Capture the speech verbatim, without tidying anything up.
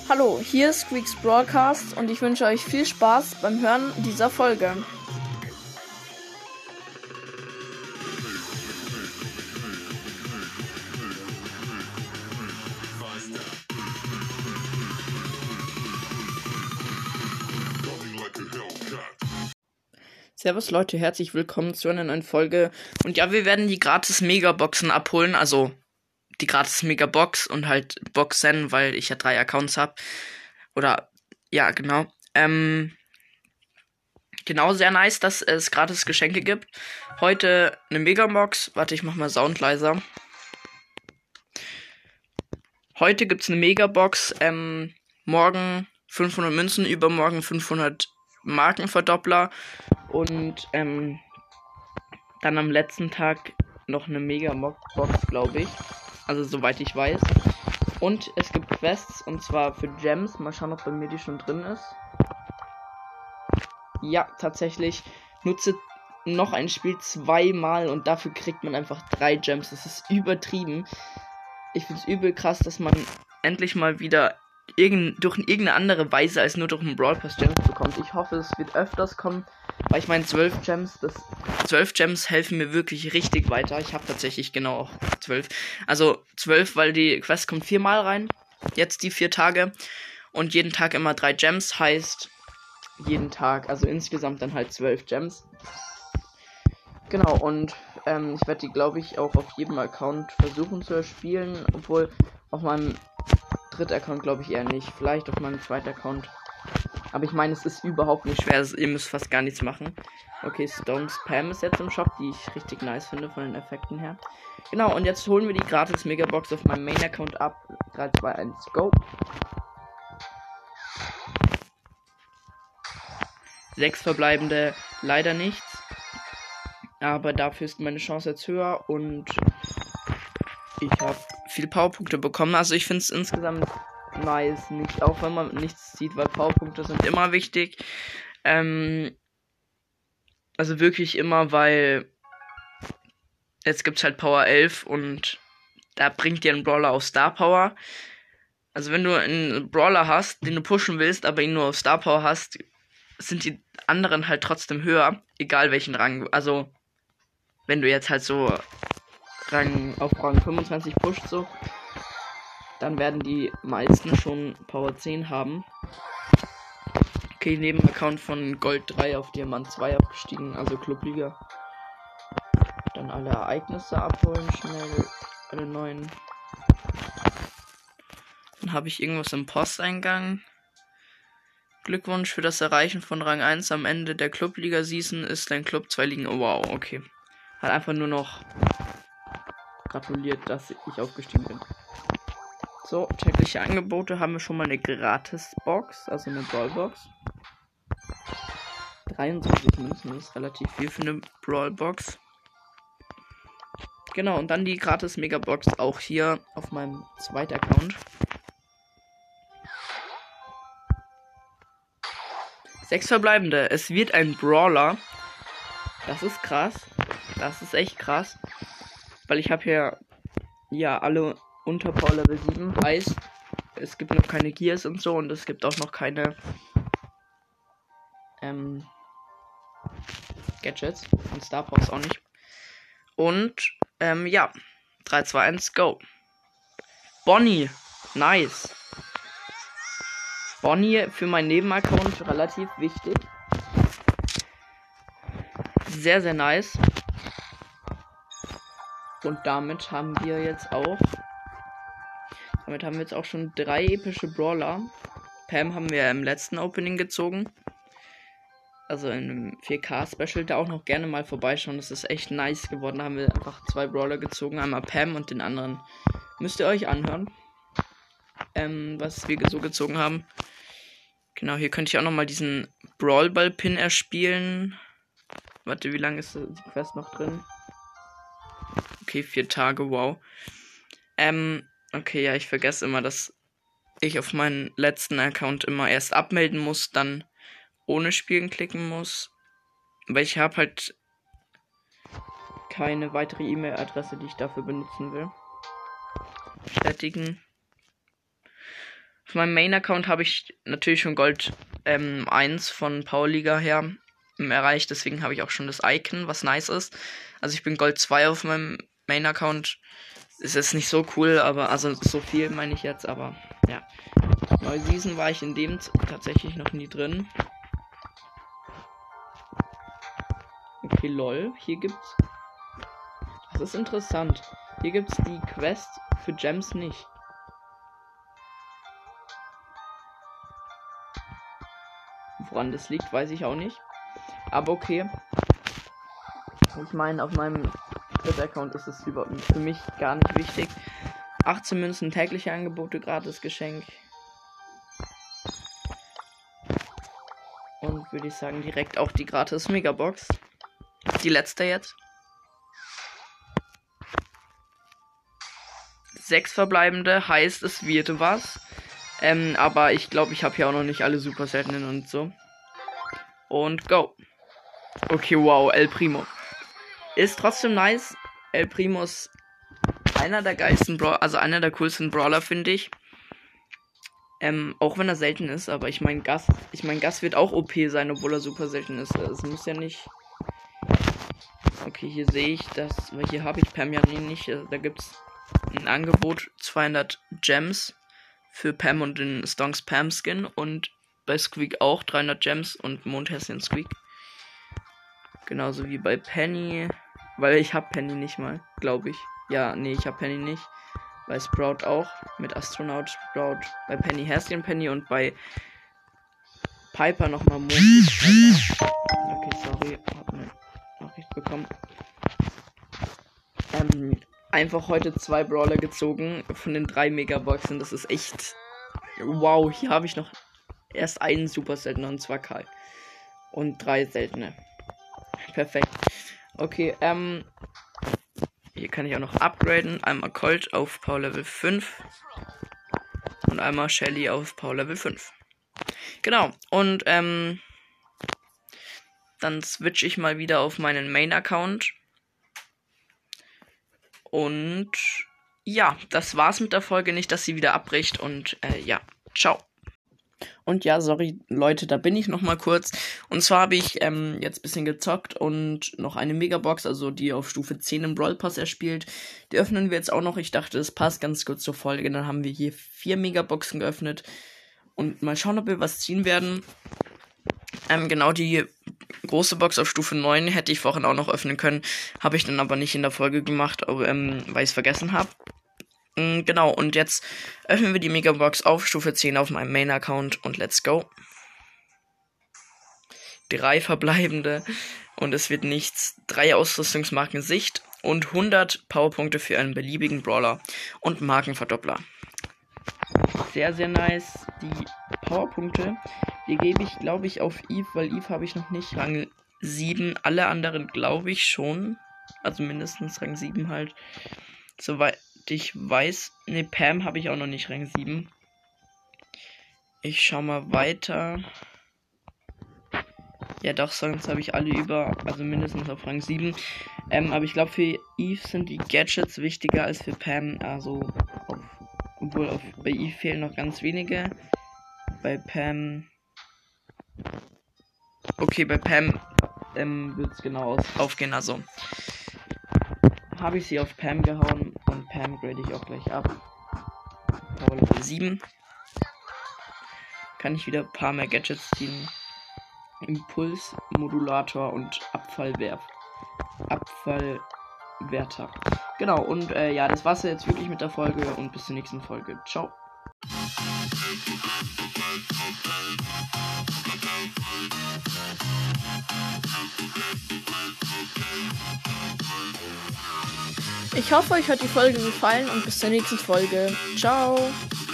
Hallo, hier ist Squeaks Broadcast und ich wünsche euch viel Spaß beim Hören dieser Folge. Servus Leute, herzlich willkommen zu einer neuen Folge. Und ja, wir werden die gratis Megaboxen abholen, also die gratis Megabox und halt Boxen, weil ich ja drei Accounts habe. Oder, ja, genau. Ähm, genau, sehr nice, dass es gratis Geschenke gibt. Heute eine Megabox. Warte, ich mach mal Sound leiser. Heute gibt's eine Megabox. Ähm, morgen fünfhundert Münzen, übermorgen fünfhundert Markenverdoppler. Und, ähm, dann am letzten Tag noch eine Megabox, glaube ich. Also, soweit ich weiß. Und es gibt Quests, und zwar für Gems. Mal schauen, ob bei mir die schon drin ist. Ja, tatsächlich. Nutze noch ein Spiel zweimal und dafür kriegt man einfach drei Gems. Das ist übertrieben. Ich finde es übel krass, dass man endlich mal wieder irgend, durch irgendeine andere Weise als nur durch einen Brawl Pass Gems bekommt. Ich hoffe, es wird öfters kommen, weil ich meine, zwölf Gems, das zwölf Gems helfen mir wirklich richtig weiter. Ich habe tatsächlich genau auch zwölf. Also zwölf, weil die Quest kommt viermal rein. Jetzt die vier Tage. Und jeden Tag immer drei Gems, heißt jeden Tag, also insgesamt dann halt zwölf Gems. Genau, und ähm, ich werde die, glaube ich, auch auf jedem Account versuchen zu erspielen. Obwohl auf meinem dritten Account glaube ich eher nicht. Vielleicht auf meinem zweiten Account. Aber ich meine, es ist überhaupt nicht schwer. Also, ihr müsst fast gar nichts machen. Okay, Stone Spam ist jetzt im Shop, die ich richtig nice finde von den Effekten her. Genau, und jetzt holen wir die gratis Megabox auf meinem Main-Account ab. drei, zwei, eins, go. Sechs verbleibende, leider nichts. Aber dafür ist meine Chance jetzt höher und ich habe viele Powerpunkte bekommen. Also ich finde es insgesamt nice, nicht, auch wenn man nichts sieht, weil Powerpunkte sind immer wichtig. Ähm, also wirklich immer, weil jetzt gibt es halt Power elf und da bringt dir ein Brawler auf Star Power. Also wenn du einen Brawler hast, den du pushen willst, aber ihn nur auf Star Power hast, sind die anderen halt trotzdem höher, egal welchen Rang. Also wenn du jetzt halt so Rang auf Rang fünfundzwanzig pusht, so, dann werden die meisten schon Power zehn haben. Okay, neben Account von Gold drei auf Diamant zwei abgestiegen, also Clubliga. Dann alle Ereignisse abholen, schnell alle neuen. Dann habe ich irgendwas im Posteingang. Glückwunsch für das Erreichen von Rang eins am Ende der Clubliga-Season ist dein Club zwei Ligen. Oh, wow, okay. Hat einfach nur noch gratuliert, dass ich aufgestiegen bin. So, tägliche Angebote haben wir schon mal eine Gratis-Box, also eine Brawlbox. dreiundzwanzig Münzen, das ist relativ viel für eine Brawlbox. Genau, und dann die Gratis-Megabox auch hier auf meinem zweiten Account. Sechs verbleibende. Es wird ein Brawler. Das ist krass. Das ist echt krass. Weil ich habe hier ja alle unter Power Level sieben. Heißt, es gibt noch keine Gears und so und es gibt auch noch keine ähm, Gadgets. Und Star Powers auch nicht. Und ähm, ja. drei, zwei, eins, go. Bonnie. Nice. Bonnie für meinen Nebenaccount relativ wichtig. Sehr, sehr nice. Und damit haben wir jetzt auch Damit haben wir jetzt auch schon drei epische Brawler. Pam haben wir im letzten Opening gezogen. Also in einem vier K-Special, da auch noch gerne mal vorbeischauen. Das ist echt nice geworden. Da haben wir einfach zwei Brawler gezogen. Einmal Pam und den anderen müsst ihr euch anhören. Ähm, was wir so gezogen haben. Genau, hier könnte ich auch nochmal diesen Brawlball-Pin erspielen. Warte, wie lange ist die Quest noch drin? Okay, vier Tage, wow. Ähm, okay, ja, ich vergesse immer, dass ich auf meinen letzten Account immer erst abmelden muss, dann ohne Spielen klicken muss. Weil ich habe halt keine weitere E-Mail-Adresse, die ich dafür benutzen will. Bestätigen. meinem Main-Account habe ich natürlich schon Gold ähm, eins von Power Liga her ähm, erreicht. Deswegen habe ich auch schon das Icon, was nice ist. Also ich bin Gold zwei auf meinem Main-Account. Ist jetzt nicht so cool, aber also so viel meine ich jetzt, aber ja. Neue Season war ich in dem tatsächlich noch nie drin. Okay, lol. Hier gibt's. Das ist interessant. Hier gibt's die Quest für Gems nicht. Woran das liegt, weiß ich auch nicht. Aber okay. Ich meine, auf meinem Twitter-Account ist es über für mich gar nicht wichtig. achtzehn Münzen, tägliche Angebote, gratis Geschenk. Und würde ich sagen, direkt auch die gratis Megabox. Die letzte jetzt. Sechs verbleibende, heißt es wird was. Ähm, aber ich glaube, ich habe hier auch noch nicht alle super seltenen und so. Und go. Okay, wow, El Primo. Ist trotzdem nice. El Primo ist einer der geilsten Brawler, also einer der coolsten Brawler, finde ich. Ähm, auch wenn er selten ist, aber ich meine, Gas, ich meine, Gas wird auch O P sein, obwohl er super selten ist. Es muss ja nicht. Okay, hier sehe ich das, weil hier habe ich Pam ja nicht. Da gibt es ein Angebot, zweihundert Gems für Pam und den Stonks Pam Skin und bei Squeak auch dreihundert Gems und Mondhäschen Squeak. Genauso wie bei Penny, weil ich habe Penny nicht mal, glaube ich. Ja, nee, ich habe Penny nicht. Bei Sprout auch, mit Astronaut Sprout. Bei Penny Häschen Penny und bei Piper nochmal Mond. Okay, sorry, hab eine Nachricht bekommen. Ähm, einfach heute zwei Brawler gezogen von den drei Megaboxen. Das ist echt. Wow, hier habe ich noch erst einen super seltener und zwar Karl. Und drei seltene. Perfekt. Okay, ähm. Hier kann ich auch noch upgraden. Einmal Colt auf Power Level fünf. Und einmal Shelly auf Power Level fünf. Genau. Und ähm. dann switch ich mal wieder auf meinen Main-Account. Und ja, das war's mit der Folge. Nicht, dass sie wieder abbricht. Und äh, ja, ciao. Und ja, sorry, Leute, da bin ich noch mal kurz. Und zwar habe ich ähm, jetzt ein bisschen gezockt und noch eine Megabox, also die auf Stufe zehn im Brawl Pass erspielt. Die öffnen wir jetzt auch noch. Ich dachte, es passt ganz gut zur Folge. Dann haben wir hier vier Megaboxen geöffnet. Und mal schauen, ob wir was ziehen werden. Ähm, genau, die große Box auf Stufe neun hätte ich vorhin auch noch öffnen können. Habe ich dann aber nicht in der Folge gemacht, aber, ähm, weil ich es vergessen habe. Genau, und jetzt öffnen wir die Megabox auf Stufe zehn auf meinem Main-Account und let's go. Drei verbleibende und es wird nichts. Drei Ausrüstungsmarken Sicht und hundert Powerpunkte für einen beliebigen Brawler und Markenverdoppler. Sehr, sehr nice. Die Powerpunkte, die gebe ich, glaube ich, auf Eve, weil Eve habe ich noch nicht. Rang sieben, alle anderen glaube ich schon. Also mindestens Rang sieben halt. Soweit ich weiß, ne, Pam habe ich auch noch nicht Rang sieben. Ich schau mal weiter. Ja doch, sonst habe ich alle über, also mindestens auf Rang sieben. Ähm, aber ich glaube für Eve sind die Gadgets wichtiger als für Pam. Also, auf, obwohl auf, bei Eve fehlen noch ganz wenige. Bei Pam... Okay, bei Pam ähm, wird es genau aus, aufgehen, also... habe ich sie auf Pam gehauen und Pam grade ich auch gleich ab. Power Level sieben. Kann ich wieder ein paar mehr Gadgets ziehen. Impuls, Modulator und Abfallwerf. Abfallwärter. Genau, und äh, ja, das war's jetzt wirklich mit der Folge und bis zur nächsten Folge. Ciao. Ich hoffe, euch hat die Folge gefallen und bis zur nächsten Folge. Ciao.